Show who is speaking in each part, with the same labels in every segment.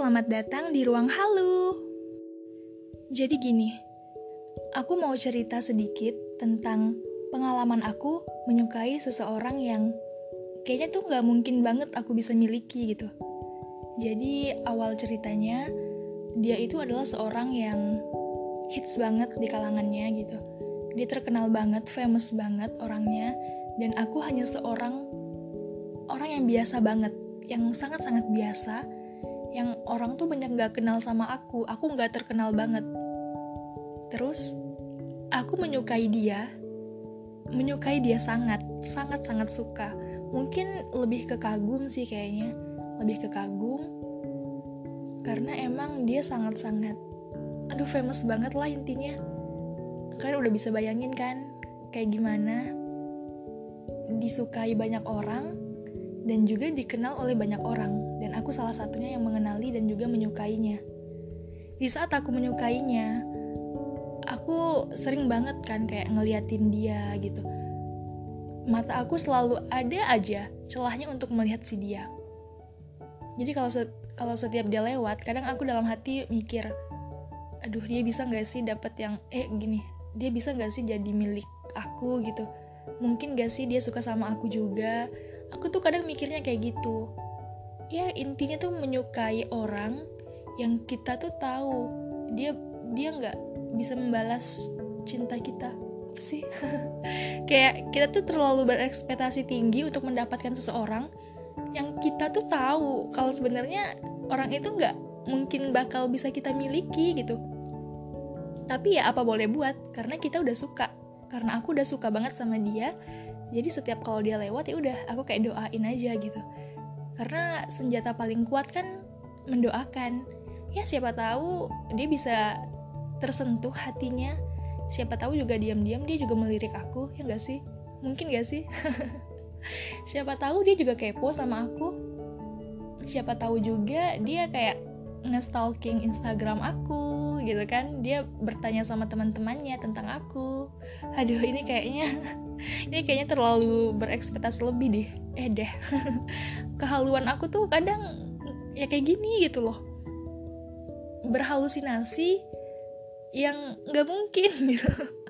Speaker 1: selamat datang di Ruang Halu. Jadi gini, aku mau cerita sedikit tentang pengalaman aku menyukai seseorang yang kayaknya tuh gak mungkin banget aku bisa miliki gitu. Jadi awal ceritanya, dia itu adalah seorang yang hits banget di kalangannya gitu. Dia terkenal banget, famous banget orangnya, dan aku hanya seorang yang biasa banget, yang sangat-sangat biasa, yang orang tuh banyak gak kenal sama aku gak terkenal banget. Terus, aku menyukai dia sangat suka. Mungkin lebih ke kagum sih kayaknya, lebih ke kagum, karena emang dia sangat-sangat, famous banget lah intinya. Kalian udah bisa bayangin kan, kayak gimana disukai banyak orang, dan juga dikenal oleh banyak orang, dan aku salah satunya yang mengenali dan juga menyukainya. Di saat aku menyukainya, aku sering banget kan kayak ngeliatin dia gitu. Mata aku selalu ada aja celahnya untuk melihat si dia. Jadi kalau setiap dia lewat, kadang aku dalam hati mikir, dia bisa nggak sih dapat yang dia bisa nggak sih jadi milik aku gitu. Mungkin nggak sih dia suka sama aku juga. Aku tuh kadang mikirnya kayak gitu. Ya intinya tuh menyukai orang yang kita tuh tahu dia nggak bisa membalas cinta kita. Apa sih? Kayak kita tuh terlalu berekspektasi tinggi untuk mendapatkan seseorang yang kita tuh tahu kalau sebenarnya orang itu nggak mungkin bakal bisa kita miliki gitu. Tapi ya apa boleh buat, karena kita udah suka. Karena aku udah suka banget sama dia. Jadi setiap kalau dia lewat ya udah aku kayak doain aja gitu. Karena senjata paling kuat kan mendoakan. Ya siapa tahu dia bisa tersentuh hatinya. Siapa tahu juga diam-diam dia juga melirik aku, ya enggak sih? Mungkin enggak sih? Siapa tahu dia juga kepo sama aku. Siapa tahu juga dia kayak nge-stalking Instagram aku gitu kan. Dia bertanya sama teman-temannya tentang aku. Ini kayaknya terlalu berekspektasi lebih deh. Kehaluan aku tuh kadang ya kayak gini gitu loh. Berhalusinasi yang gak mungkin gitu.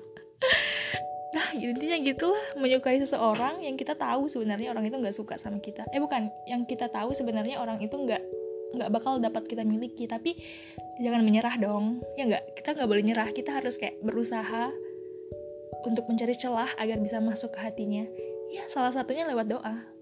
Speaker 1: Nah intinya gitulah, menyukai seseorang yang kita tahu sebenarnya orang itu gak suka sama kita. Yang kita tahu sebenarnya orang itu gak bakal dapat kita miliki. Tapi jangan menyerah dong, ya gak? Kita gak boleh nyerah, kita harus kayak berusaha untuk mencari celah agar bisa masuk ke hatinya. Ya salah satunya lewat doa.